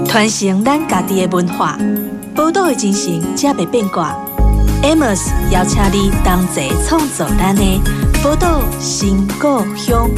传承咱家己的文化，宝岛的精神才袂变卦。Amos 邀请你同齐创造咱的宝岛新故乡。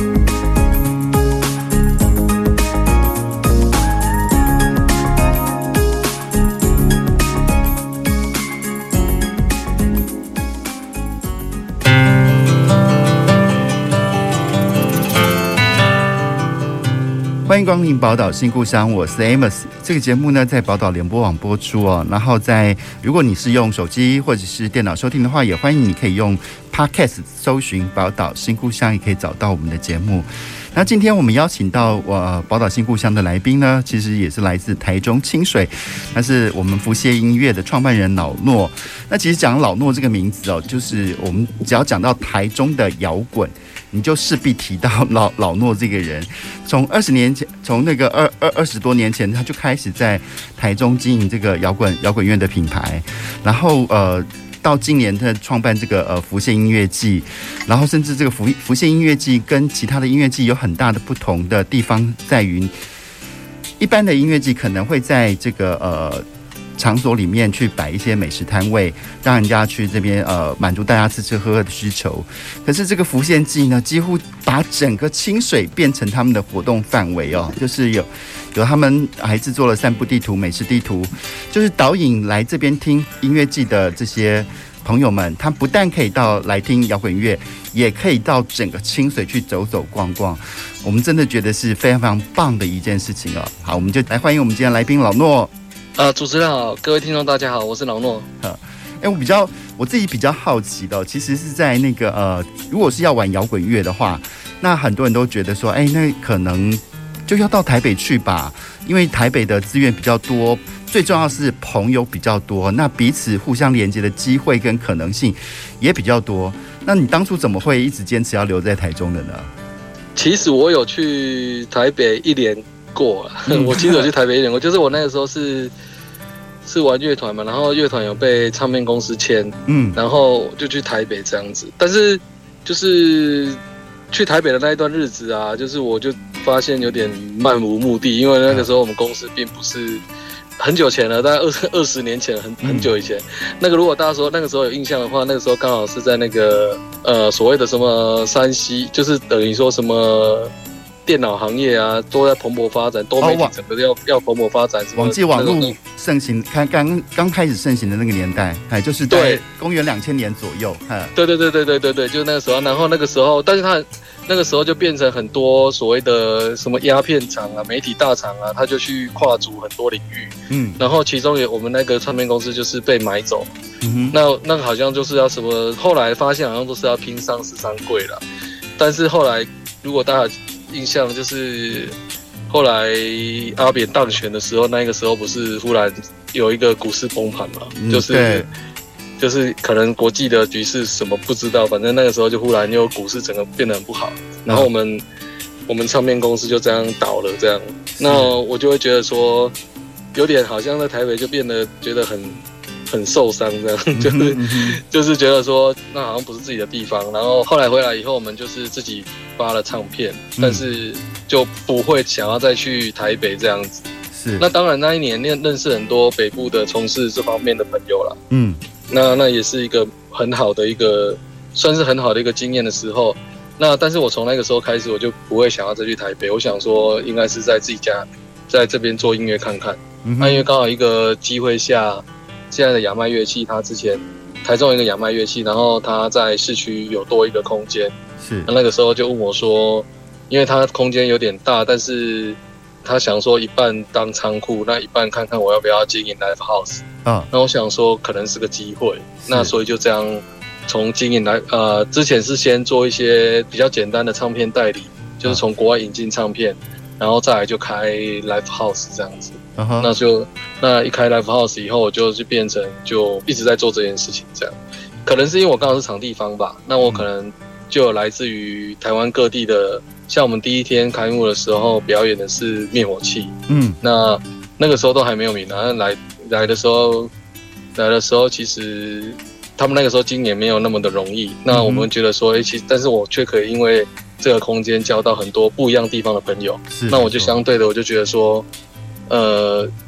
欢迎光临宝岛新故乡，我是 Amos。这个节目呢，在宝岛联播网播出哦。然后如果你是用手机或者是电脑收听的话，也欢迎你可以用 Podcast 搜寻宝岛新故乡，也可以找到我们的节目。那今天我们邀请到宝岛新故乡的来宾呢，其实也是来自台中清水，那是我们福谢音乐的创办人老诺。那其实讲老诺这个名字哦，就是我们只要讲到台中的摇滚，你就势必提到老诺这个人。从20年前，从那个20多年前，他就开始在台中经营这个摇滚乐的品牌，然后到今年他创办这个福谢音乐季，然后甚至这个福谢音乐季跟其他的音乐季有很大的不同的地方在于，一般的音乐季可能会在这个场所里面去摆一些美食摊位，让人家去这边满足大家吃吃喝喝的需求。可是这个福县季呢，几乎把整个清水变成他们的活动范围哦，就是有他们还制作了散步地图、美食地图，就是导引来这边听音乐季的这些朋友们，他不但可以来听摇滚乐，也可以到整个清水去走走逛逛。我们真的觉得是非常非常棒的一件事情哦。好，我们就来欢迎我们今天来宾老诺。 主持人好，各位听众大家好，我是老诺。 我自己比较好奇的，其实是在那个如果是要玩摇滚乐的话，那很多人都觉得说，那可能就要到台北去吧，因为台北的资源比较多，最重要是朋友比较多，那彼此互相连接的机会跟可能性也比较多。那你当初怎么会一直坚持要留在台中的呢？ 其实我有去台北1年过我其实有去台北1年过，就是我那个时候是玩乐团嘛，然后乐团有被唱片公司签，然后就去台北这样子。但是就是去台北的那一段日子啊，就是我就发现有点漫无目的，因为那个时候我们公司并不是很久前了，大概20年前，很久以前。那个如果大家说那个时候有印象的话，那个时候刚好是在那个所谓的什么山西，就是等于说什么电脑行业啊，都在蓬勃发展，多媒体整个要蓬勃发展。 网际网络盛行，刚开始盛行的那个年代，就是在公元2000年左右。 对，就那个时候。然后那个时候，但是他那个时候就变成很多所谓的什么鸦片厂啊、媒体大厂啊，他就去跨足很多领域。然后其中我们那个唱片公司就是被买走。那个好像就是要什么，后来发现好像都是要拼上市上柜了。但是后来如果大家印象就是后来阿扁当选的时候，那个时候不是忽然有一个股市崩盘嘛？就是可能国际的局势什么不知道，反正那个时候就忽然又股市整个变得很不好，然后我们唱片公司就这样倒了，这样，那我就会觉得说，有点好像在台北就变得觉得很受伤这样，就是觉得说那好像不是自己的地方。然后后来回来以后，我们就是自己发了唱片，但是就不会想要再去台北这样子。是，那当然那一年认识很多北部的从事这方面的朋友啦。那也是一个很好的一个，算是很好的一个经验的时候。那但是我从那个时候开始，我就不会想要再去台北。我想说，应该是在自己家，在这边做音乐看看。那因为刚好一个机会下，现在的亚麦乐器，它之前台中有一个亚麦乐器，然后它在市区有多一个空间。是，那个时候就问我说，因为它空间有点大，但是他想说一半当仓库，那一半看看我要不要经营 live house。那我想说可能是个机会，那所以就这样从经营之前是先做一些比较简单的唱片代理，就是从国外引进唱片，然后再来就开 live house 这样子。那一开 live house 以后，我就变成就一直在做这件事情，这样。可能是因为我刚好是场地方吧，那我可能就有来自于台湾各地的，像我们第一天开幕的时候表演的是灭火器，那个时候都还没有名啊，来的时候其实他们那个时候经营没有那么的容易，那我们觉得说，其实但是我却可以因为这个空间交到很多不一样地方的朋友，那我就相对的我就觉得说，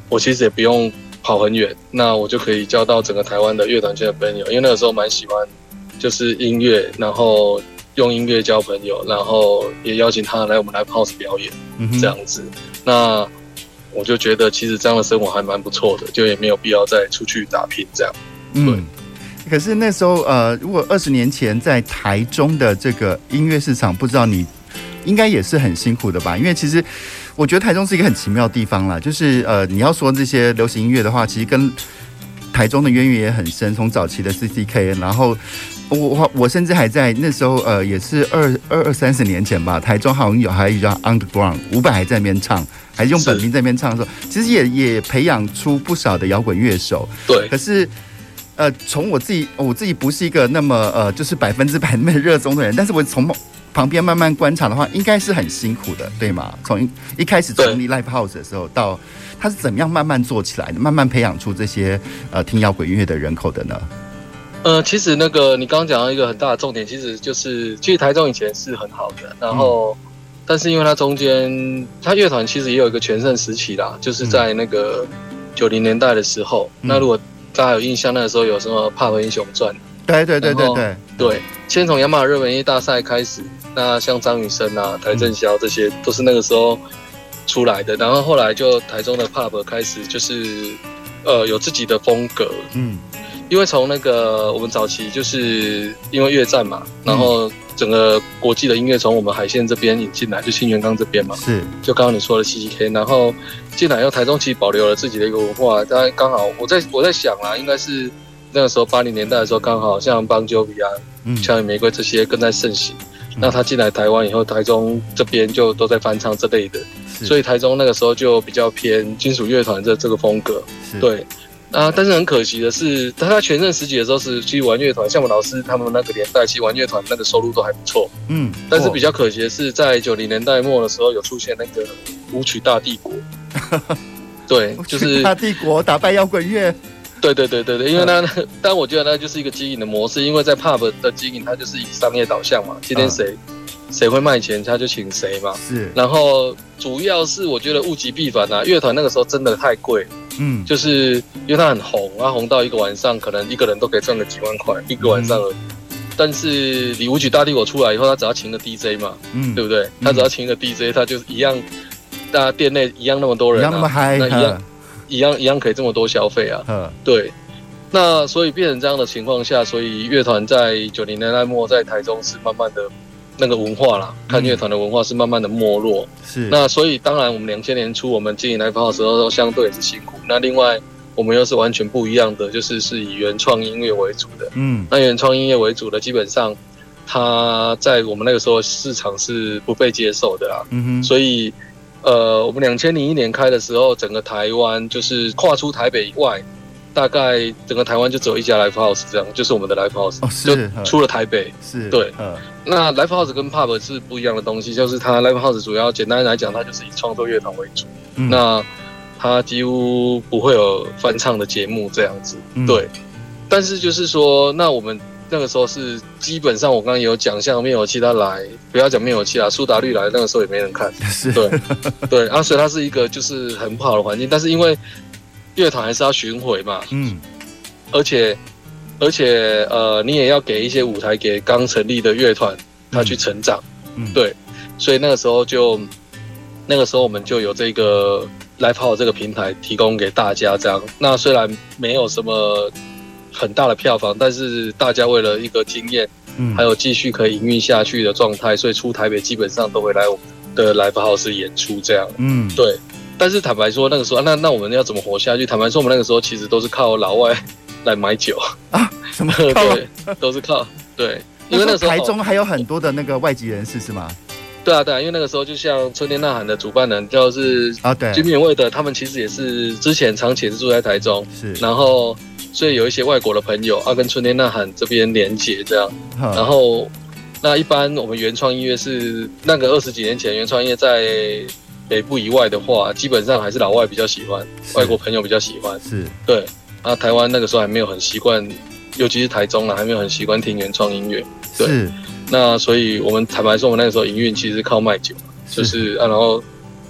我其实也不用跑很远，那我就可以交到整个台湾的乐团圈的朋友，因为那个时候蛮喜欢就是音乐，然后用音乐交朋友，然后也邀请他来我们Live House表演，这样子。那我就觉得其实这样的生活还蛮不错的，就也没有必要再出去打拼这样。 可是那时候如果20年前在台中的这个音乐市场，不知道你应该也是很辛苦的吧？因为其实我觉得台中是一个很奇妙的地方啦，就是你要说这些流行音乐的话，其实跟台中的渊源也很深，从早期的 CCK， 然后我甚至还在那时候也是20-30年前吧，台中好像还有一张 Underground， 伍佰还在那边唱，还用本名在那边唱的时候，其实也培养出不少的摇滚乐手。 对， 可是从我自己不是一个那么就是100%那么热衷的人，但是我从旁边慢慢观察的话，应该是很辛苦的，对吗？从一开始成立 Live House 的时候，到他是怎么样慢慢做起来的，慢慢培养出这些听摇滚音乐的人口的呢？ 其实那个你刚刚讲到一个很大的重点，其实台中以前是很好的，然后但是因为它中间它乐团其实也有一个全盛时期啦，就是在那个90年代的时候，那如果大家有印象，那个时候有什么《Pop 英雄传》？对，先从雅马哈热门音乐大赛开始，那像张雨生啊、邰正宵这些都是那个时候出来的，然后后来就台中的 Pop 开始就是有自己的风格，因为从那个我们早期就是因为越战嘛，然后整个国际的音乐从我们海线这边引进来，就新元刚这边嘛，是就刚刚你说的 CCK， 然后进来以后，台中其实保留了自己的一个文化，当然刚好我在想啦，应该是那个时候80年代的时候，刚好像邦乔比啊、枪与玫瑰这些更在盛行。那他进来台湾以后，台中这边就都在翻唱这类的，所以台中那个时候就比较偏金属乐团这个风格。对，但是很可惜的是，他在全盛时期的时候是其实玩乐团，像我老师他们那个年代，其实玩乐团那个收入都还不错。但是比较可惜的是，在90年代末的时候，有出现那个舞曲大帝国。对，就是大帝国打败摇滚乐。 对，因为但我觉得那就是一个经营的模式，因为在 Pub 的经营，它就是以商业导向嘛，今天谁会卖钱，他就请谁嘛。是，然后主要是我觉得物极必反啊，乐团那个时候真的太贵，就是因为它很红，它红到一个晚上可能一个人都可以赚个几万块一个晚上而已。但是你舞曲大帝国出来以后，他只要请个 DJ 嘛，对不对？他只要请个 DJ， 他就一样，大家店内一样那么多人， 一样那么嗨， 一样可以这么多消费啊！对，那所以变成这样的情况下，所以乐团在90年代末在台中是慢慢的那个文化啦，看乐团的文化是慢慢的没落。是，那所以当然我们2000年初我们经营Live House的时候，相对也是辛苦。那另外我们又是完全不一样的，就是以原创音乐为主的。那原创音乐为主的，基本上它在我们那个时候市场是不被接受的啦。所以。我们2001年开的时候，整个台湾就是跨出台北以外，大概整个台湾就只有一家 Live House， 这样就是我们的 Live House， 就出了台北。是，对。那 Live House 跟 Pub 是不一样的东西，就是它 Live House 主要简单来讲，它就是以创作乐团为主。那它几乎不会有翻唱的节目这样子。对。但是就是说，那我们那个时候是基本上我刚刚有讲，像灭火器他来，不要讲灭火器啦，苏打绿来那个时候也没人看，对，所以它是一个就是很不好的环境，但是因为乐团还是要巡回嘛，而且你也要给一些舞台给刚成立的乐团他去成长，对，所以那个时候我们就有这个 Live House 这个平台提供给大家这样，那虽然没有什么很大的票房，但是大家为了一个经验，还有继续可以营运下去的状态，所以出台北基本上都会来我们的 Live House 演出这样。对。但是坦白说，那个时候那我们要怎么活下去？坦白说，我们那个时候其实都是靠老外来买酒啊，什么？对，都是靠对，因为那个时候台中还有很多的那个外籍人士是吗？ 对啊，因为那个时候就像春天呐喊的主办人就是军免卫的，他们其实也是之前长期是住在台中，是，然后。所以有一些外国的朋友跟春天呐喊这边连结这样，然后那一般我们原创音乐是那个20几年前原创音乐在北部以外的话，基本上还是老外比较喜欢，外国朋友比较喜欢，是对。那台湾那个时候还没有很习惯，尤其是台中还没有很习惯听原创音乐，对。是那所以我们坦白说，我们那个时候营运其实是靠卖酒，就是然后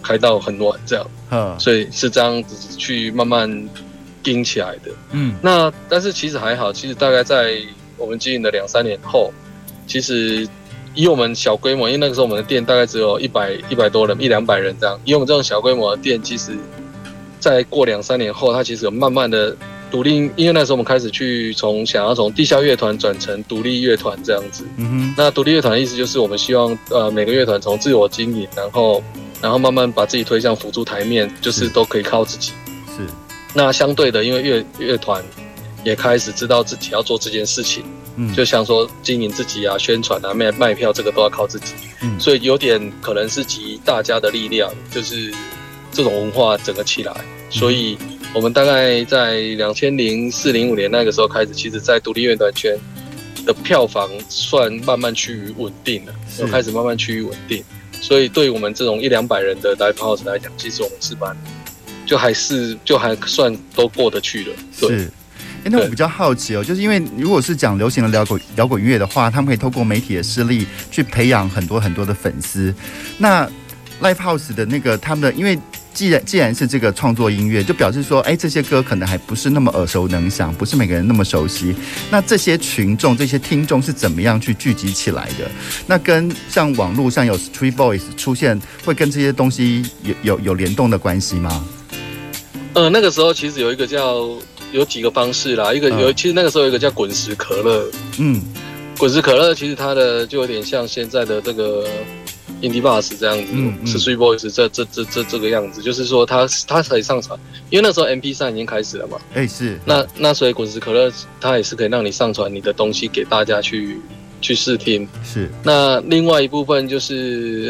开到很晚这样，所以是这样子去慢慢经起来的。那但是其实还好，其实大概在我们经营的2-3年后，其实以我们小规模，因为那个时候我们的店大概只有100多人，100-200人这样。以我们这种小规模的店，其实在过2-3年后，它其实有慢慢的独立，因为那时候我们开始去想要从地下乐团转成独立乐团这样子。那独立乐团的意思就是我们希望每个乐团从自我经营，然后慢慢把自己推向辅助台面，就是都可以靠自己。是。那相对的，因为乐团也开始知道自己要做这件事情，就像说经营自己啊、宣传啊、卖票，这个都要靠自己。所以有点可能是集大家的力量，就是这种文化整个起来。所以我们大概在2004-05年那个时候开始，其实在独立乐团圈的票房算慢慢趋于稳定了，就开始慢慢趋于稳定。所以对于我们这种100-200人的 live house 来讲，其实我们是就还算都过得去了。对。 是。那我比较好奇就是因为如果是讲流行的摇滚乐的话，他们可以透过媒体的势力去培养很多很多的粉丝。那 live house 的那个他们的，因为既然是这个创作音乐，就表示说，这些歌可能还不是那么耳熟能详，不是每个人那么熟悉。那这些群众、这些听众是怎么样去聚集起来的？那跟像网络上有 Street Voice 出现，会跟这些东西有联动的关系吗？ 那个时候其实有几个方式啦，其实那个时候有一个叫滚石可乐，滚石可乐其实它的就有点像现在的这个 Indie Bus 这样子，Street Voice 这个样子，就是说它可以上传，因为那时候 MP3 已经开始了嘛， 是， 那所以滚石可乐它也是可以让你上传你的东西给大家去试听，是。那另外一部分就是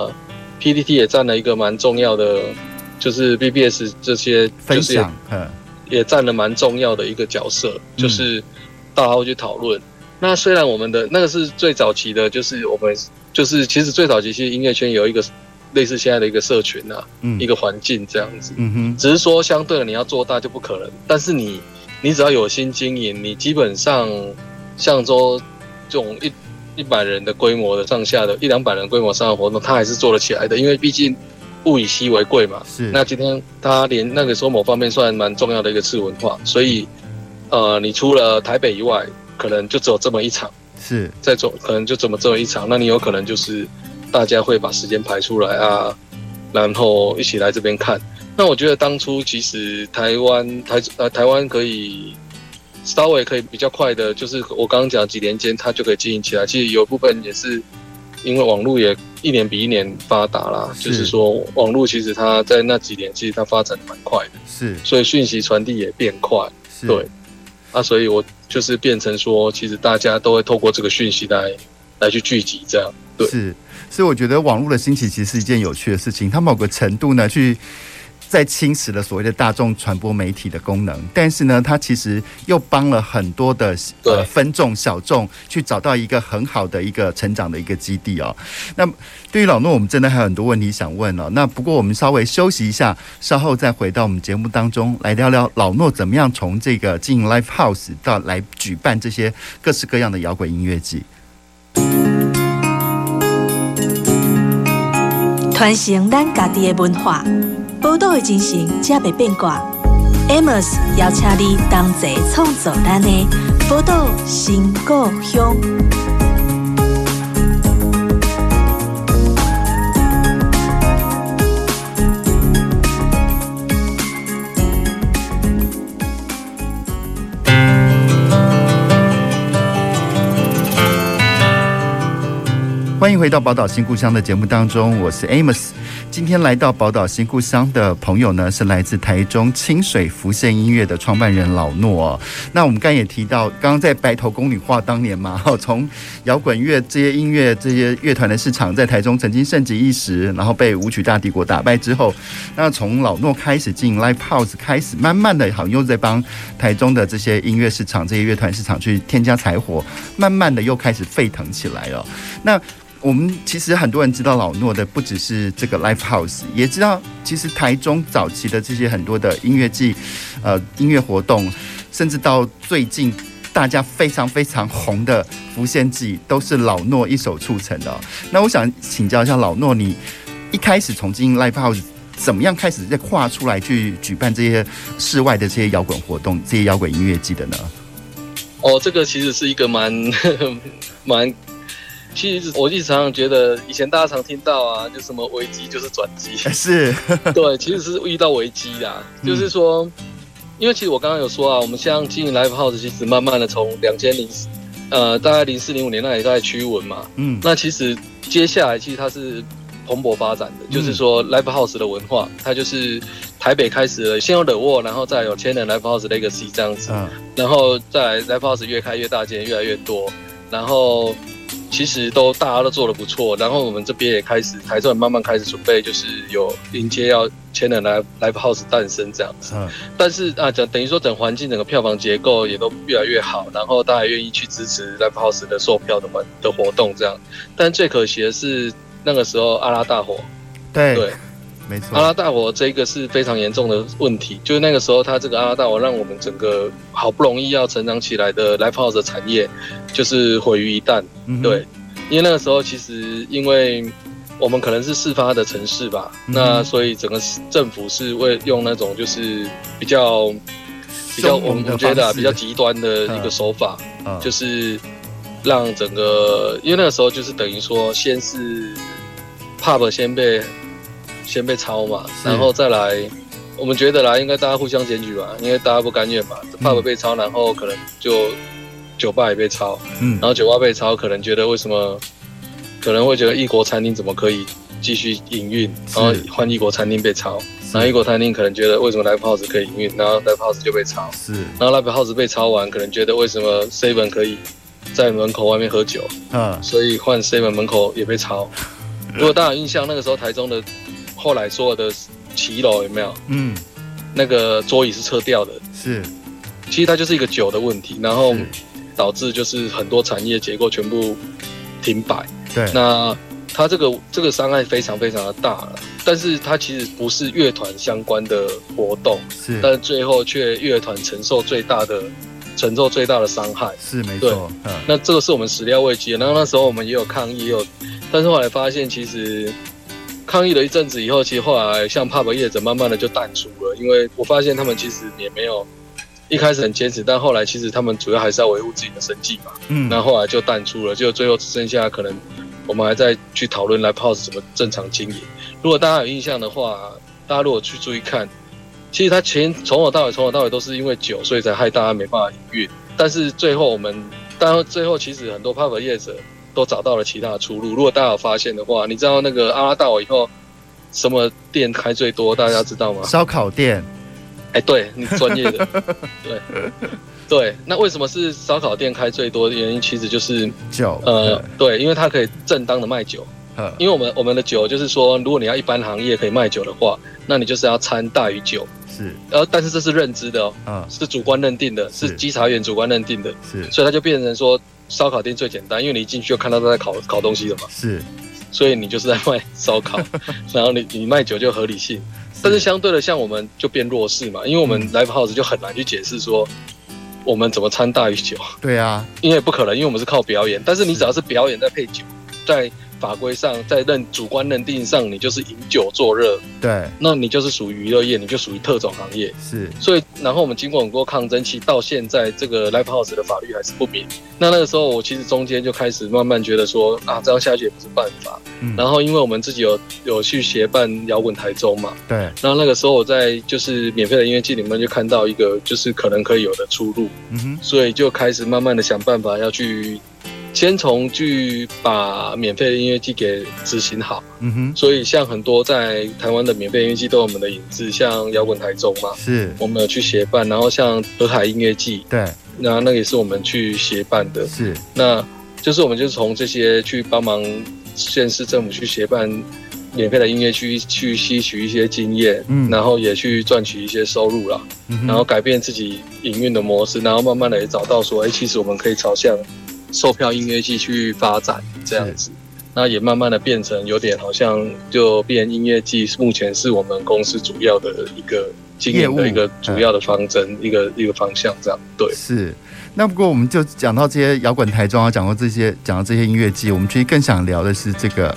PTT 也占了一个蛮重要的，就是 BBS 这些分享， 也占了蛮重要的一个角色，就是大家会去讨论。那虽然我们的那个是最早期的，就是我们就是其实最早期其实音乐圈有一个类似现在的一个社群啊，一个环境这样子。只是说相对的你要做大就不可能，但是你只要有心经营，你基本上像说这种100人的规模的上下的100-200人规模上的活动，它还是做得起来的，因为毕竟物以稀为贵嘛。是。那今天它连那个时候某方面算蛮重要的一个次文化，所以你除了台北以外，可能就只有这么一场。是。再走可能就这么一场，那你有可能就是大家会把时间排出来啊，然后一起来这边看。那我觉得当初其实台湾可以稍微可以比较快的，就是我刚刚讲几年间它就可以经营起来。其实有部分也是因为网络也一年比一年发达啦，就是说网络其实它在那几年其实它发展蛮快的，是，所以讯息传递也变快，对，所以我就是变成说，其实大家都会透过这个讯息来去聚集，这样，对，是， 所以我觉得网络的兴起其实是一件有趣的事情，它某个程度呢去在侵蚀了所谓的大众传播媒体的功能，但是呢，它其实又帮了很多的分众小众去找到一个很好的一个成长的一个基地哦。那对于老诺，我们真的还有很多问题想问哦。那不过我们稍微休息一下，稍后再回到我们节目当中来聊聊老诺怎么样从这个经营 Live House 到来举办这些各式各样的摇滚音乐季。 传承咱家己的文化。宝岛的精神才袂变卦。Amos 邀请你同齐创造咱的宝岛新故乡。 欢迎回到宝岛新故乡的节目当中，我是 Amos。今天来到宝岛新故乡的朋友呢，是来自台中清水浮现音乐的创办人老诺哦。那我们刚才也提到，刚刚在白头宫女话当年嘛，从摇滚乐这些音乐这些乐团的市场在台中曾经盛极一时，然后被舞曲大帝国打败之后，那从老诺开始进 Live House 开始，慢慢的好像又在帮台中的这些音乐市场、这些乐团市场去添加柴火，慢慢的又开始沸腾起来了。那我们其实很多人知道老诺的不只是这个 Live House， 也知道其实台中早期的这些很多的音乐季、音乐活动，甚至到最近大家非常非常红的浮现季，都是老诺一手促成的哦。那我想请教一下老诺，你一开始从经营 Live House， 怎么样开始再跨出来去举办这些室外的这些摇滚活动、这些摇滚音乐季的呢？ 这个其实是一个蛮，其实我一直常常觉得，以前大家常听到啊，就什么危机就是转机， 是， 对，其实是遇到危机啦，就是说，因为其实我刚刚有说啊，我们像经营 Live House， 其实慢慢的从大概04、05年那里在趋稳嘛，那其实接下来其实它是蓬勃发展的，就是说 Live House 的文化，它就是台北开始了，先有The Wall，然后再有千人 Live House Legacy 这样子，然后再来 Live House 越开越大间，越来越多，然后其实大家都做得不错，然后我们这边也开始台中慢慢开始准备，就是有迎接要千人Live House 诞生这样子，但是等于说整环境整个票房结构也都越来越好，然后大家也愿意去支持 Live House 的售票的活动这样，但最可惜的是那个时候阿拉大火，对， 没错， 阿拉大火这个是非常严重的问题，就是那个时候它这个阿拉大火让我们整个好不容易要成长起来的 Live House 的产业就是毁于一旦，对，因为那个时候其实因为我们可能是事发的城市吧，那所以整个政府是用那种就是比较我们觉得比较极端的一个手法，就是让整个，因为那个时候就是等于说先是 pub 先被抄嘛，然后再来我们觉得啦，应该大家互相检举吧，因为大家不甘愿嘛，pub 被抄，然后可能就酒吧也被抄，然后酒吧被抄，可能觉得为什么，可能会觉得异国餐厅怎么可以继续营运，然后换异国餐厅被抄，然后异国餐厅可能觉得为什么 Live House 可以营运，然后 Live House 就被抄，然后 Live House 被抄完，可能觉得为什么 Seven 可以在门口外面喝酒，所以换 Seven 门口也被抄。如果大家有印象，那个时候台中的后来所有的骑楼有没有？那个桌椅是撤掉的，是，其实它就是一个酒的问题，然后导致就是很多产业结构全部停摆。对，那它这个伤害非常非常的大了，但是它其实不是乐团相关的活动，是，但是最后却乐团承受最大的伤害，是没错。那这个是我们始料未及的。然后那时候我们也有抗议，但是后来发现其实抗议了一阵子以后，其实后来像 pub 业者慢慢的就淡出了，因为我发现他们其实也没有一开始很坚持，但后来其实他们主要还是要维护自己的生计嘛。然后后来就淡出了，就最后只剩下可能我们还在去讨论 Live House 怎么正常经营。如果大家有印象的话，大家如果去注意看，其实他从头到尾都是因为酒，所以才害大家没办法营运。但是最后其实很多 pub 业者都找到了其他的出路。如果大家有发现的话，你知道那个阿拉大火以后什么店开最多？大家知道吗？烧烤店。对，你专业的。对，那为什么是烧烤店开最多的原因？其实就是酒。对，因为它可以正当的卖酒。因为我们的酒就是说，如果你要一般行业可以卖酒的话，那你就是要餐大于酒。是，但是这是认知的哦，是主观认定的，是稽查员主观认定的，是，所以它就变成说烧烤店最简单，因为你一进去就看到他在烤东西的嘛，是，所以你就是在卖烧烤，然后你卖酒就合理性，但是相对的，像我们就变弱势嘛，因为我们 Live House 就很难去解释说我们怎么餐大于酒，对啊，因为不可能，因为我们是靠表演，但是你只要是表演再配酒，在法规上，在主观认定上，你就是饮酒作乐，对，那你就是属于娱乐业，你就属于特种行业，是。所以，然后我们经过很多抗争，其实到现在这个 Live House 的法律还是不明。那个时候，我其实中间就开始慢慢觉得说，这样下去也不是办法。然后，因为我们自己有去协办摇滚台中嘛，对。然后那个时候我在就是免费的音乐季里面就看到一个就是可能可以有的出路，所以就开始慢慢的想办法要去。先去把免费的音乐季给执行好，所以像很多在台湾的免费音乐季都有我们的影子，像摇滚台中嘛，是我们有去协办，然后像河海音乐季，对，那个也是我们去协办的，是，那就是我们就是从这些去帮忙县市政府去协办免费的音乐区去吸取一些经验，然后也去赚取一些收入啦，然后改变自己营运的模式，然后慢慢的也找到说，其实我们可以朝向售票音乐季去发展这样子，那也慢慢的变成有点好像就变音乐季，目前是我们公司主要的一个经营的一个主要的方针，一个方向这样。对，是。那不过我们就讲到这些摇滚台中啊，讲到这些音乐季，我们其实更想聊的是这个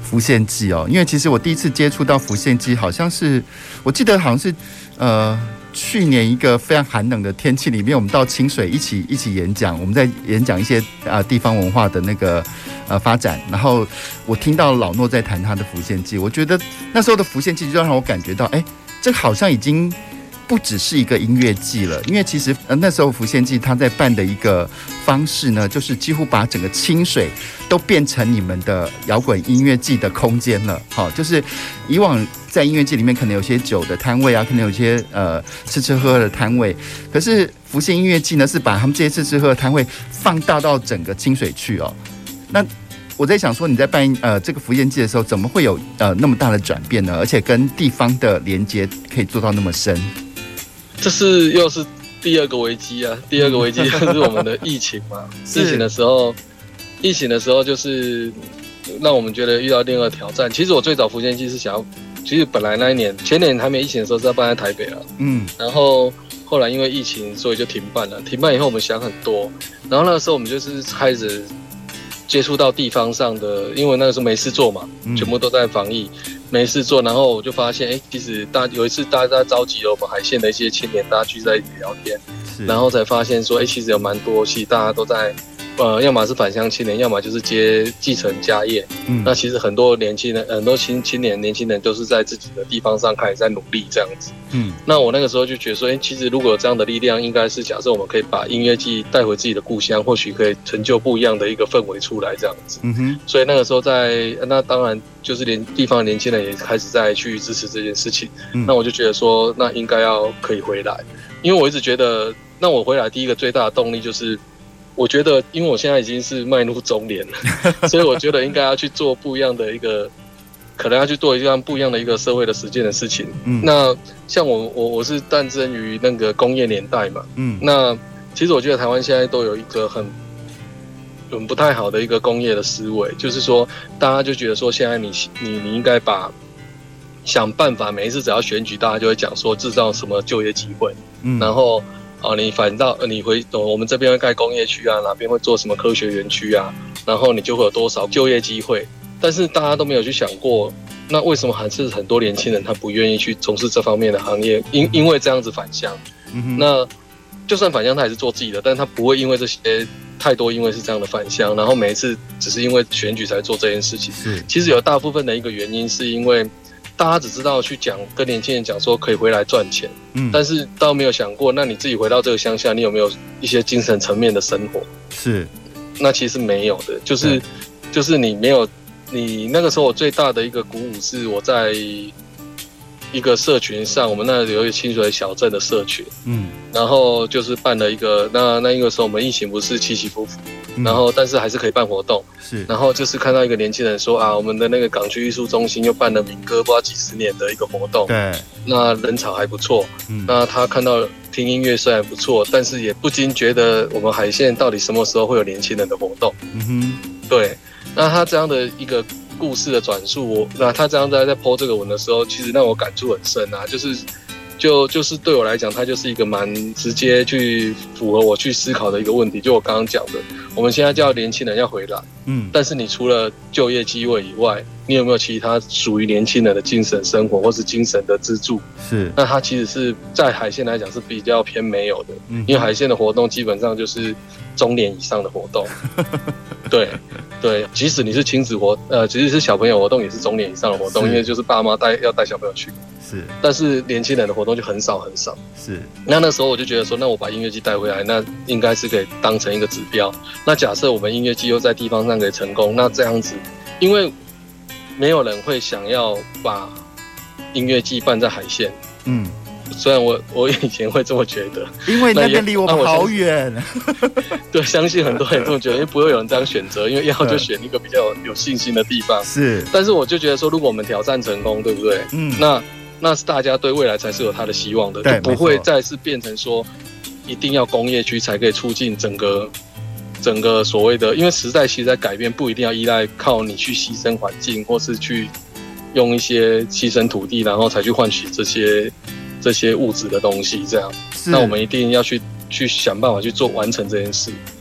浮现祭哦，因为其实我第一次接触到浮现祭，好像是我记得好像是去年一个非常寒冷的天气里面，我们到清水一起演讲，我们在演讲一些地方文化的那个发展，然后我听到老诺在谈他的浮现祭，我觉得那时候的浮现祭就让我感觉到，这好像已经不只是一个音乐季了，因为其实那时候浮现祭他在办的一个方式呢，就是几乎把整个清水都变成你们的摇滚音乐季的空间了。好，就是以往在音乐季里面可能有些酒的摊位啊，可能有些吃吃喝喝的摊位，可是浮现音乐季呢是把他们这些吃吃喝喝的摊位放大到整个清水去哦。那我在想说，你在办这个浮现祭的时候，怎么会有那么大的转变呢？而且跟地方的连接可以做到那么深？ 这是又是第二个危机啊！第二个危机就是我们的疫情嘛。疫情的时候就是让我们觉得遇到另一个挑战。其实我最早浮现祭是想要，其实本来那一年前年还没疫情的时候是要办在台北了，然后后来因为疫情，所以就停办了。停办以后我们想很多，然后那个时候我们就是开始接触到地方上的，因为那个时候没事做嘛，全部都在防疫。没事做，然后我就发现，其实有一次大家召集了我们海线的一些青年，大家聚在一起聊天，然后才发现说，其实有蛮多，其实大家都在，要么是返乡青年，要么就是继承家业。那其实很多年轻人，很多年轻人都是在自己的地方上开始在努力这样子。那我那个时候就觉得说，其实如果有这样的力量，应该是假设我们可以把音乐季带回自己的故乡，或许可以成就不一样的一个氛围出来这样子。所以那个时候那当然就是连地方的年轻人也开始在去支持这件事情。那我就觉得说，那应该要可以回来，因为我一直觉得，那我回来第一个最大的动力就是。我觉得，因为我现在已经是迈入中年了，所以我觉得应该要去做不一样的一个，可能要去做一样不一样的一个社会的实践的事情。那像我是诞生于那个工业年代嘛，那其实我觉得台湾现在都有一个很不太好的一个工业的思维，就是说大家就觉得说现在你应该想办法，每一次只要选举，大家就会讲说制造什么就业机会，然后。你我们这边会盖工业区啊，哪边会做什么科学园区啊，然后你就会有多少就业机会。但是大家都没有去想过，那为什么还是很多年轻人他不愿意去从事这方面的行业？因为这样子返乡，那就算返乡他也是做自己的，但是他不会因为这些太多，因为是这样的返乡，然后每一次只是因为选举才做这件事情。其实有大部分的一个原因是因为。大家只知道去跟年轻人讲说可以回来赚钱，但是倒没有想过，那你自己回到这个乡下，你有没有一些精神层面的生活？那其实没有的，就是你没有，你那个时候我最大的一个鼓舞是我在一个社群上，我们那里有一个清水小镇的社群，然后就是办了一个，那个时候我们疫情不是起起伏伏，然后但是还是可以办活动，然后就是看到一个年轻人说我们的那个港区艺术中心又办了民歌不知道几十年的一个活动，对，那人潮还不错，那他看到听音乐虽然不错，但是也不禁觉得我们海线到底什么时候会有年轻人的活动？对，那他这样的一个。故事的转述，那他这样在 po 这个文的时候，其实让我感触很深啊，就是对我来讲，它就是一个蛮直接去符合我去思考的一个问题。就我刚刚讲的，我们现在叫年轻人要回来，但是你除了就业机会以外，你有没有其他属于年轻人的精神生活或是精神的支柱？那它其实是在海线来讲是比较偏没有的，因为海线的活动基本上就是中年以上的活动，对，即使你是亲子即使是小朋友活动，也是中年以上的活动，因为就是爸妈要带小朋友去。但是年轻人的活动就很少很少。那时候我就觉得说，那我把音乐季带回来，那应该是可以当成一个指标。那假设我们音乐季又在地方上可以成功，那这样子，因为没有人会想要把音乐季办在海线。虽然我以前会这么觉得， 因为那边离我们好远。 对，相信很多人这么觉得，因为不会有人这样选择，因为要就选一个比较有信心的地方。但是我就觉得说，如果我们挑战成功，对不对？那是大家对未来才是有他的希望的，就不会再是变成说一定要工业区才可以促进整个所谓的，因为时代其实在改变，不一定要依赖靠你去牺牲环境，或是去用一些牺牲土地，然后才去换取这些物质的东西，这样。那我们一定要去想办法去完成这件事。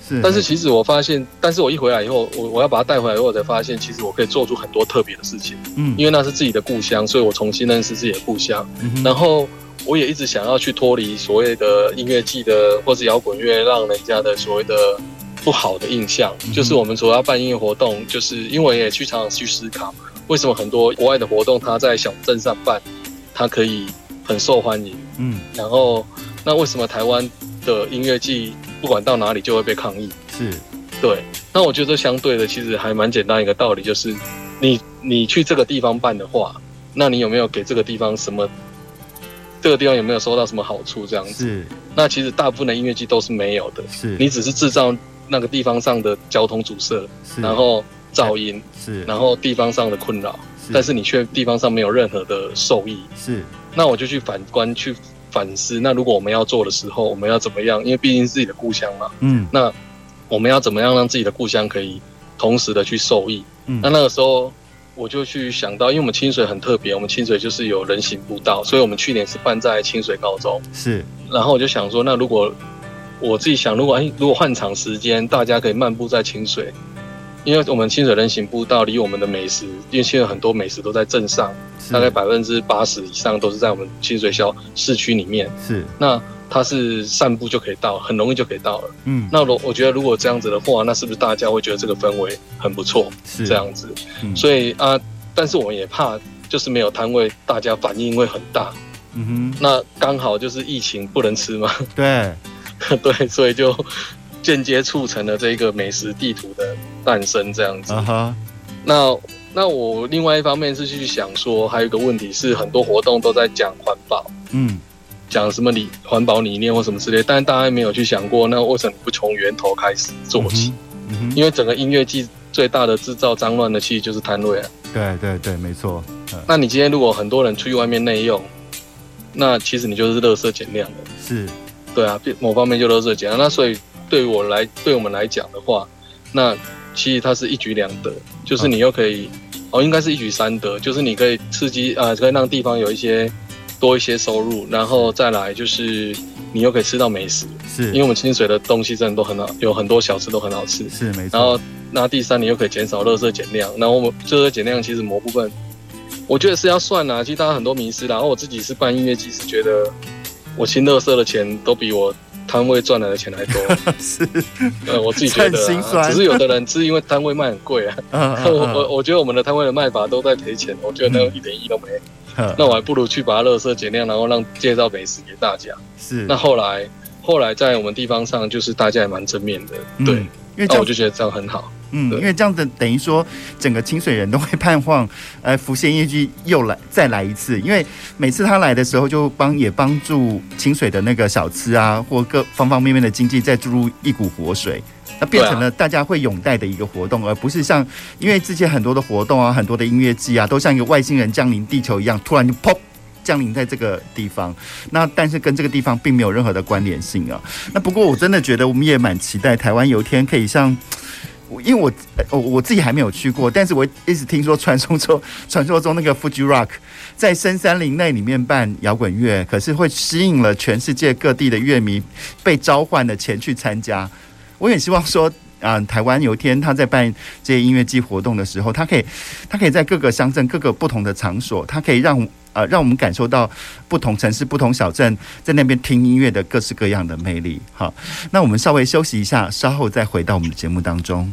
但是其实我发现，但是我一回来以后，我要把它带回来以后，我才发现，其实我可以做出很多特别的事情。因为那是自己的故乡，所以我重新认识自己的故乡。然后我也一直想要去脱离所谓的音乐季的或是摇滚乐，让人家的所谓的不好的印象。就是我们所要办音乐活动，就是因为我也常常去思考，为什么很多国外的活动，它在小镇上办，它可以很受欢迎。然后那为什么台湾的音乐季不管到哪里就会被抗议？是，对。那我觉得相对的，其实还蛮简单一个道理，就是你去这个地方办的话，那你有没有给这个地方什么？这个地方有没有收到什么好处？这样子。是。那其实大部分的音乐季都是没有的。是。你只是制造那个地方上的交通阻塞，然后噪音，是，然后地方上的困扰，但是你却地方上没有任何的受益。是。那我就去反观去反思，那如果我们要做的时候，我们要怎么样？因为毕竟是自己的故乡嘛。那我们要怎么样让自己的故乡可以同时的去受益？那个时候我就去想到，因为我们清水很特别，我们清水就是有人行步道，所以我们去年是办在清水高中。是。然后我就想说，那如果我自己想，如果换场时间，大家可以漫步在清水。因为我们清水人行步道离我们的美食，因为现在很多美食都在镇上，大概80%以上都是在我们清水小市区里面。是，那它是散步就可以到，很容易就可以到了。那我觉得如果这样子的话，那是不是大家会觉得这个氛围很不错？是这样子。所以但是我们也怕就是没有摊位，大家反应会很大。那刚好就是疫情不能吃嘛。对，对，所以就间接促成了这个美食地图的诞生，这样子。那我另外一方面是去想说，还有一个问题是，很多活动都在讲环保，讲什么环保理念或什么之类，但是大家没有去想过，那为什么你不从源头开始做起？因为整个音乐季最大的制造脏乱的其实就是摊位啊。对对对，没错。那你今天如果很多人出去外面内用，那其实你就是垃圾减量的。是。对啊，某方面就垃圾减量。那所以对我们来讲的话，那其实它是一举两得，就是你又可以应该是一举三得，就是你可以刺激可以让地方有多一些收入，然后再来就是你又可以吃到美食，是因为我们清水的东西真的都很好，有很多小吃都很好吃，是没错。然后那第三，你又可以减少垃圾减量，然后我们垃圾减量其实某部分我觉得是要算其实大家很多迷思啦。然后我自己是办音乐季，是觉得我清垃圾的钱都比我摊位赚来的钱还多。是，我自己觉得心酸。只是有的人是因为摊位卖很贵啊。我觉得我们的摊位的卖法都在赔钱，我觉得那一点意义都没。那我还不如去把它垃圾减量，然后让介绍美食给大家。是。那后来在我们地方上，就是大家也蛮正面的，对。因为我就觉得这样很好。因为这样的等于说，整个清水人都会盼望，福县音乐季再来一次。因为每次他来的时候，就也帮助清水的那个小吃啊，或各方方面面的经济再注入一股活水。那变成了大家会拥戴的一个活动，而不是像因为之前很多的活动啊，很多的音乐季啊，都像一个外星人降临地球一样，突然就砰降临在这个地方。那但是跟这个地方并没有任何的关联性啊。那不过我真的觉得我们也蛮期待台湾有一天可以像。因为我自己还没有去过，但是我一直听说传说中那个 Fuji Rock 在深山林内里面办摇滚乐，可是会吸引了全世界各地的乐迷被召唤的前去参加。我也希望说台湾有一天他在办这些音乐季活动的时候，他可以在各个乡镇各个不同的场所，他可以让我们感受到不同城市不同小镇在那边听音乐的各式各样的魅力。好，那我们稍微休息一下，稍后再回到我们的节目当中。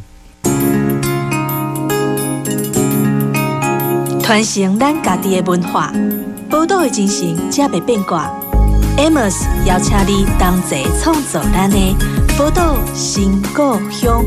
传承咱家己的文化，宝岛的精神才袂变卦。Amos 邀请你同齐创造咱的宝岛新故乡。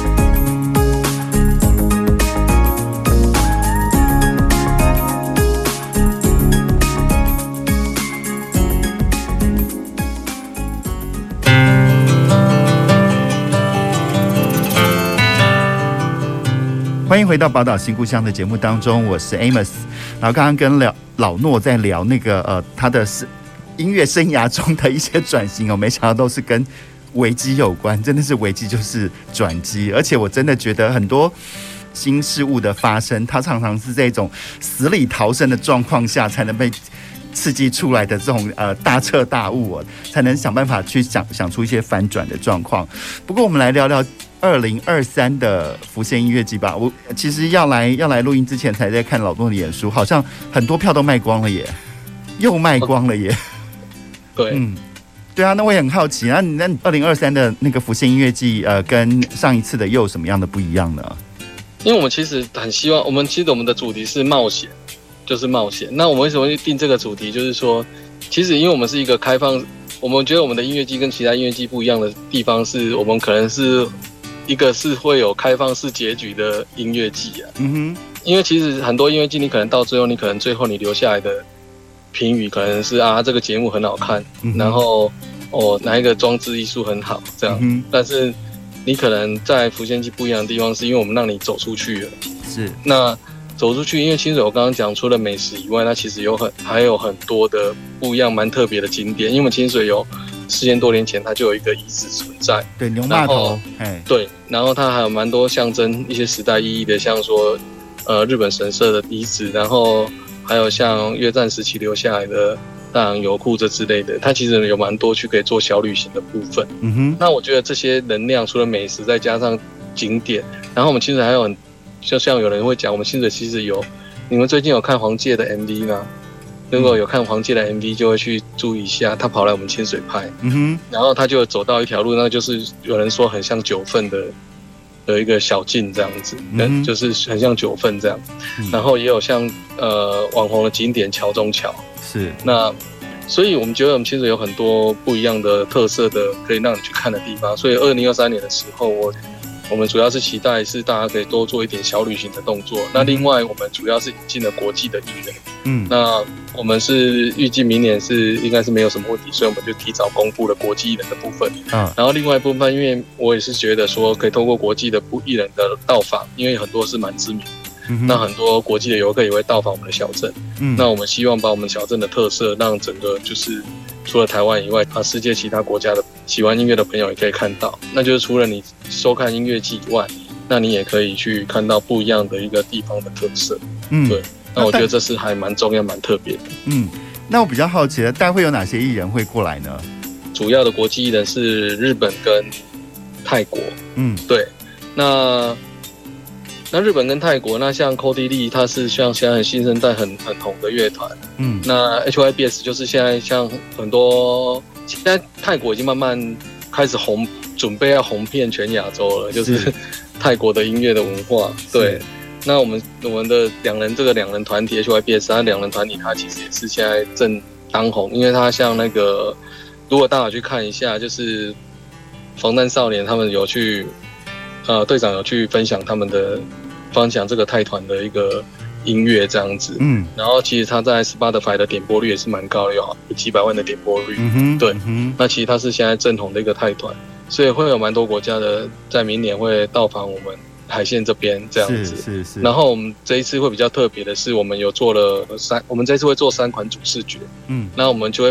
欢迎回到宝岛新故乡的节目当中，我是 Amos。然后刚刚跟老诺在聊那个他的音乐生涯中的一些转型没想到都是跟危机有关，真的是危机就是转机。而且我真的觉得很多新事物的发生，它常常是这种死里逃生的状况下才能被刺激出来的这种大彻大悟哦，才能想办法去想出一些反转的状况。不过我们来聊聊2023的浮现音乐季吧。我其实要来录音之前才在看老多的演出，好像很多票都卖光了耶，又卖光了耶。 对， 对啊，那我也很好奇，那2023的那个浮现音乐季，跟上一次的又有什么样的不一样呢？ 因为我们其实很希望，我们的主题是冒险，就是冒险。那我们为什么会定这个主题？就是说，其实因为我们是一个开放，我们觉得我们的音乐季跟其他音乐季不一样的地方是，我们可能是一个是会有开放式结局的音乐季啊。因为其实很多音乐季，你可能到最后，你留下来的评语可能是这个节目很好看，然后哪一个装置艺术很好这样，但是你可能在浮现季不一样的地方是因为我们让你走出去了，是那走出去，因为清水我刚刚讲除了美食以外，它其实还有很多的不一样蛮特别的景点，因为我们清水有4000多年前它就有一个遗址存在， 对，牛骂头， 对，然后它还有蛮多象征一些时代意义的，像说日本神社的遗址，然后还有像越战时期留下来的大洋油库这之类的，它其实有蛮多去可以做小旅行的部分。那我觉得这些能量除了美食，再加上景点，然后我们清水还有就像有人会讲，我们清水其实有，你们最近有看黄介的 MV 吗？如果有看黄介的 MV， 就会去注意一下，他跑来我们清水拍，然后他就走到一条路，那就是有人说很像九份的一个小径这样子，就是很像九份这样，然后也有像网红的景点桥中桥，是那，所以我们觉得我们清水有很多不一样的特色的可以让你去看的地方，所以2023年的时候，我们主要是期待是大家可以多做一点小旅行的动作。那另外我们主要是引进了国际的艺人，那我们是预计明年应该是没有什么问题，所以我们就提早公布了国际艺人的部分。然后另外一部分，因为我也是觉得说可以透过国际的艺人的到访，因为很多是蛮知名的，那很多国际的游客也会到访我们的小镇，那我们希望把我们小镇的特色让整个就是除了台湾以外，世界其他国家的喜欢音乐的朋友也可以看到。那就是除了你收看音乐季以外，那你也可以去看到不一样的一个地方的特色。对，那我觉得这是还蛮重要、蛮特别的。 那我比较好奇的，大概会有哪些艺人会过来呢？ 主要的国际艺人是日本跟泰国。对，那日本跟泰国，那像 Cody Lee， 他是像现在新生代很红的乐团。那 HYBS 就是现在像很多，现在泰国已经慢慢开始准备要红遍全亚洲了，就是泰国的音乐的文化。对，那我们的两人团体 HYBS， 它两人团体它其实也是现在正当红，因为它像那个，如果大家去看一下，就是防弹少年他们有去，队长有去分享这个泰团的一个音乐这样子，然后其实他在 Spotify 的点播率也是蛮高的，有几百万的点播率，对，那其实他是现在正红的一个泰团，所以会有蛮多国家的在明年会到访我们海线这边这样子，是。然后我们这一次会比较特别的是，我们有做了我们这次会做3款主视觉，那我们就会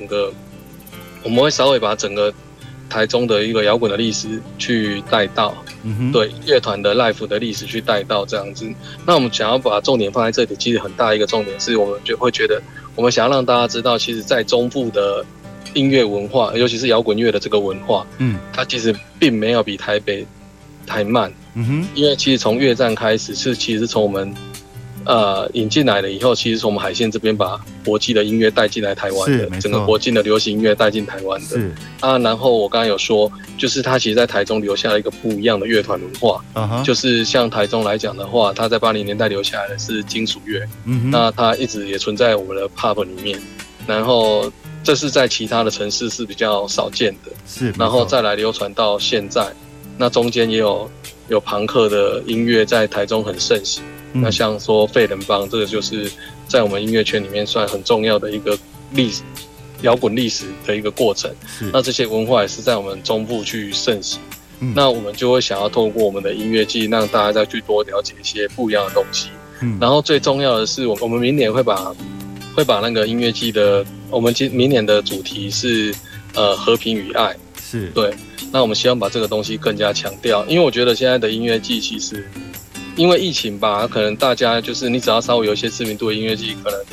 稍微把整个台中的一个摇滚的历史去带到，对乐团的 live 的历史去带到这样子。那我们想要把重点放在这里，其实很大一个重点是我们就会觉得，我们想要让大家知道，其实在中部的音乐文化，尤其是摇滚乐的这个文化，它其实并没有比台北太慢，因为其实从越战开始其实是从我们引进来了以后，其实从我们海线这边把国际的音乐带进来台湾的，整个国际的流行音乐带进台湾的。然后我刚刚有说，就是它其实在台中留下了一个不一样的乐团文化，就是像台中来讲的话，它在80年代留下来的是金属乐，那它一直也存在我们的 pub 里面，然后这是在其他的城市是比较少见的，然后再来流传到现在，那中间也有朋克的音乐在台中很盛行。那像说废人帮，这个就是在我们音乐圈里面算很重要的一个摇滚历史的一个过程。那这些文化也是在我们中部去盛行。那我们就会想要透过我们的音乐季，让大家再去多了解一些不一样的东西。然后最重要的是，我们明年会把那个音乐季的，我们明年的主题是和平与爱。对。那我们希望把这个东西更加强调，因为我觉得现在的音乐季其实。因为疫情吧，可能大家就是你只要稍微有一些知名度的音乐季，可能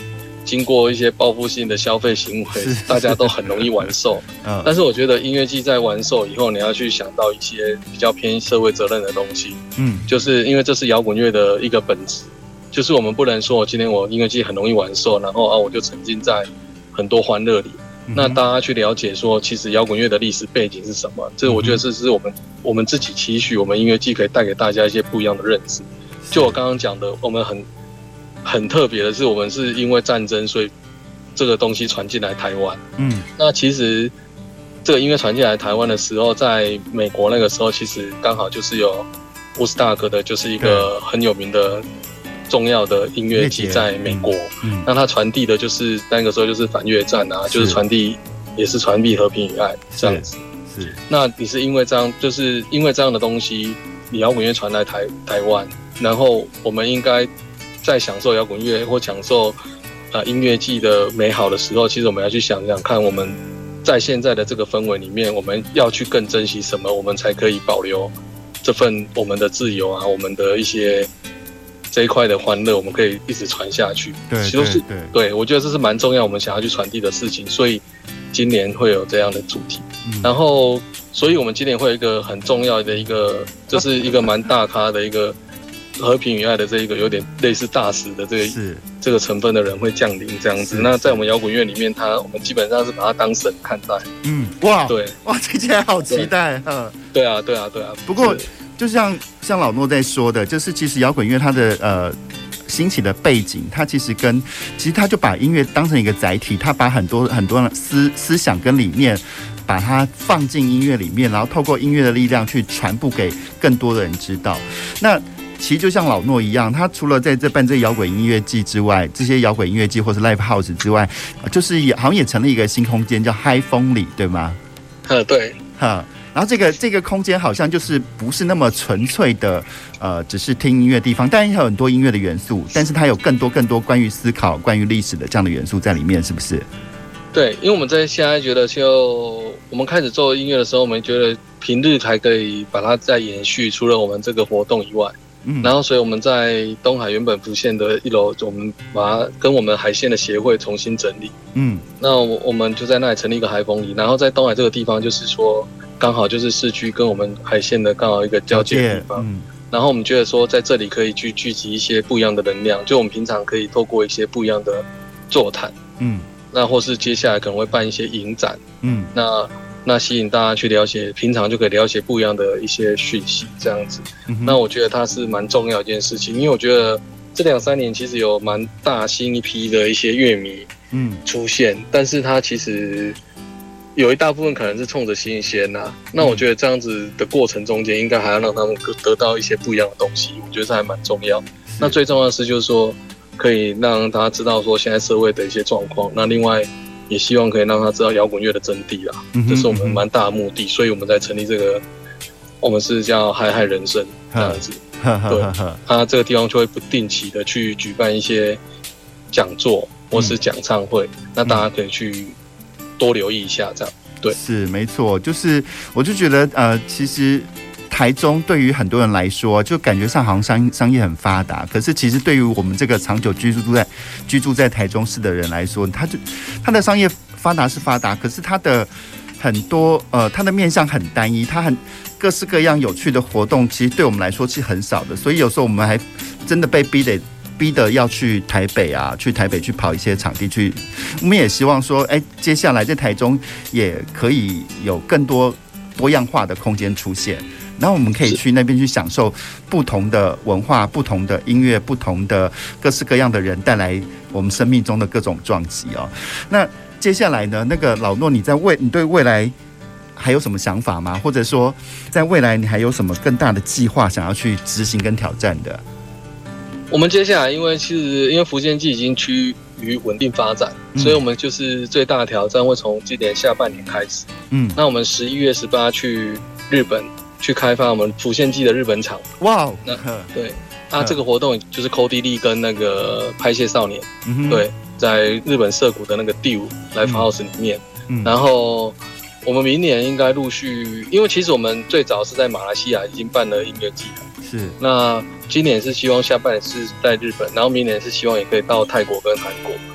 经过一些报复性的消费行为，大家都很容易完售。但是我觉得音乐季在完售以后，你要去想到一些比较偏社会责任的东西。就是因为这是摇滚乐的一个本质，就是我们不能说今天我音乐季很容易完售，然后我就沉浸在很多欢乐里。那大家去了解说，其实摇滚乐的历史背景是什么？这我觉得这是我们自己期许，我们音乐季可以带给大家一些不一样的认知。就我刚刚讲的，我们很特别的是，我们是因为战争，所以这个东西传进来台湾。那其实这个音乐传进来台湾的时候，在美国那个时候，其实刚好就是有乌斯达克的，就是一个很有名的重要的音乐季在美国。那它传递的就是那个时候就是反越战啊，就是也是传递和平与爱这样子。是。那你是因为这样，就是因为这样的东西，你摇滚乐传来台湾，然后我们应该在享受摇滚乐或享受音乐季的美好的时候，其实我们要去想想看，我们在现在的这个氛围里面，我们要去更珍惜什么，我们才可以保留这份我们的自由啊，我们的一些这一块的欢乐，我们可以一直传下去。对，我觉得这是蛮重要，我们想要去传递的事情。所以今年会有这样的主题，然后，所以我们今年会有一个很重要的一个，就是一个蛮大咖的一个和平与爱的这一个有点类似大使的这个成分的人会降临这样子。那在我们摇滚乐里面，我们基本上是把它当神看待。 听起来好期待。 对啊。 不过，就像老诺在说的，就是其实摇滚乐它的兴起的背景，它其实他就把音乐当成一个载体，他把很多思想跟理念，把它放进音乐里面，然后透过音乐的力量去传播给更多的人知道。那其实就像老诺一样，他除了在办这摇滚音乐季之外，这些摇滚音乐季或是 live house 之外，就是好像也成立一个新空间，叫嗨风里，对吗？ 对。 然后这个空间好像就是不是那么纯粹的，只是听音乐的地方，当然有很多音乐的元素，但是它有更多关于思考、关于历史的这样的元素在里面，是不是？ 对，因为我们在现在觉得，我们开始做音乐的时候，我们觉得平日还可以把它再延续，除了我们这个活动以外。然后，所以我们在东海原本浮现的1楼，我们把它跟我们海线的协会重新整理。那我们就在那里成立一个海风里，然后在东海这个地方，就是说刚好就是市区跟我们海线的刚好一个交界的地方。然后我们觉得说，在这里可以去聚集一些不一样的能量，就我们平常可以透过一些不一样的座谈，那或是接下来可能会办一些影展，那吸引大家去了解，平常就可以了解不一样的一些讯息，这样子。那我觉得它是蛮重要的一件事情，因为我觉得这2-3年其实有蛮大新一批的一些乐迷出现，但是它其实有一大部分可能是冲着新鲜呐。那我觉得这样子的过程中间，应该还要让他们得到一些不一样的东西，我觉得这还蛮重要。那最重要的是就是说，可以让大家知道说现在社会的一些状况。那另外也希望可以让他知道摇滚乐的真谛啦，这是我们蛮大的目的，所以我们在成立这个，我们是叫嗨嗨人生这样子。对，这个地方就会不定期的去举办一些讲座或是讲唱会，那大家可以去多留意一下，这样。对，是没错，就是我就觉得其实台中对于很多人来说，就感觉上好像商业很发达，可是其实对于我们这个长久居住在台中市的人来说，他的商业发达是发达，可是他的很多他的面向很单一，他很各式各样有趣的活动，其实对我们来说是很少的，所以有时候我们还真的被逼得要去台北去跑一些场地去。我们也希望说，接下来在台中也可以有更多样化的空间出现。然后我们可以去那边去享受不同的文化、不同的音乐、不同的各式各样的人带来我们生命中的各种撞击哦。那接下来呢？那个老诺，你对未来还有什么想法吗？或者说，在未来你还有什么更大的计划想要去执行跟挑战的？ 我们接下来，因为福建季已经趋于稳定发展，所以我们就是最大的挑战会从今年下半年开始。那我们11月18去日本。去开发我们浮现季的日本场。哇，那对，这个活动就是 Cody Lee 跟那个拍谢少年，对，在日本涩谷的那个 Dew Live House 里面。然后我们明年应该陆续，因为其实我们最早是在马来西亚已经办了音乐季了，是。那今年是希望下半年是在日本，然后明年是希望也可以到泰国跟韩国。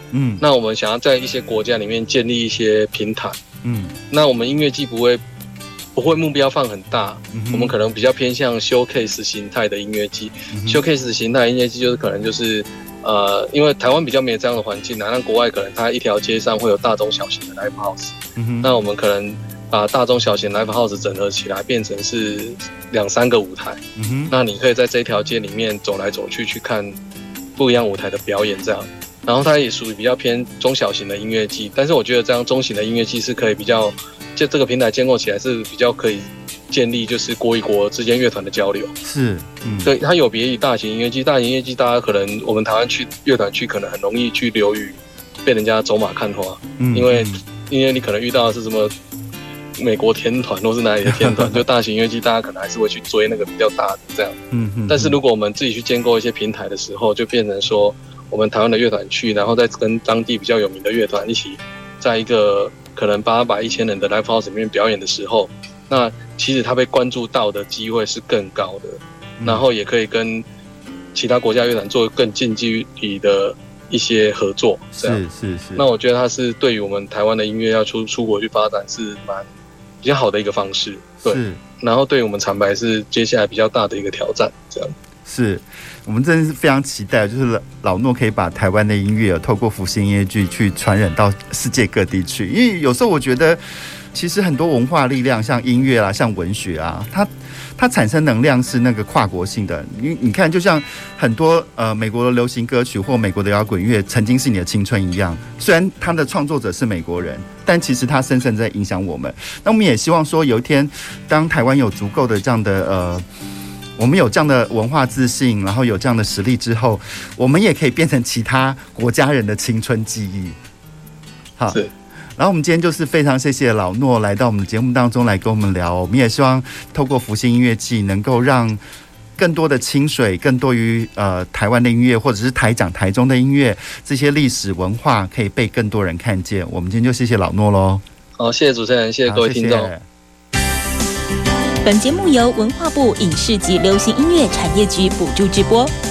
那我们想要在一些国家里面建立一些平台，那我们音乐季不会目标放很大，我们可能比较偏向 showcase 形态的音乐季。showcase 形态的音乐季就是可能就是因为台湾比较没有这样的环境那国外可能它一条街上会有大中小型的 live house，那我们可能把大中小型 live house 整合起来，变成是2-3个舞台，那你可以在这条街里面走来走去，去看不一样舞台的表演这样。然后它也属于比较偏中小型的音乐季，但是我觉得这样中型的音乐季是可以比较，就这个平台建构起来是比较可以建立就是国与国之间乐团的交流。 是， 对，它有别于大型音乐季。大型音乐季大家可能我们台湾去乐团去可能很容易去流于被人家走马看花，因为你可能遇到的是什么美国天团或是哪里的天团，就大型音乐季大家可能还是会去追那个比较大的这样。但是如果我们自己去建构一些平台的时候，就变成说我们台湾的乐团去，然后再跟当地比较有名的乐团一起，在一个可能800-1000人的 live house 里面表演的时候，那其实他被关注到的机会是更高的，然后也可以跟其他国家乐团做更近距离的一些合作。这样是。 那我觉得它是对于我们台湾的音乐要出国去发展是蛮比较好的一个方式。对，然后对于我们厂牌是接下来比较大的一个挑战。这样。 是我们真的是非常期待，就是老诺可以把台湾的音乐透过福星音乐剧去传染到世界各地去。因为有时候我觉得，其实很多文化力量，像音乐啦，像文学啊，它产生能量是那个跨国性的。你看，就像很多美国的流行歌曲或美国的摇滚乐，曾经是你的青春一样。虽然它的创作者是美国人，但其实它深深在影响我们。那我们也希望说，有一天当台湾有足够的这样的我们有这样的文化自信，然后有这样的实力之后，我们也可以变成其他国家人的青春记忆。好，然后我们今天就是非常谢谢老诺来到我们的节目当中来跟我们聊。我们也希望透过福星音乐季，能够让更多的清水，更多于台湾的音乐，或者是台港台中的音乐，这些历史文化可以被更多人看见。我们今天就谢谢老诺咯。 好，谢谢主持人，谢谢各位听众。 本节目由文化部影视及流行音乐产业局补助直播。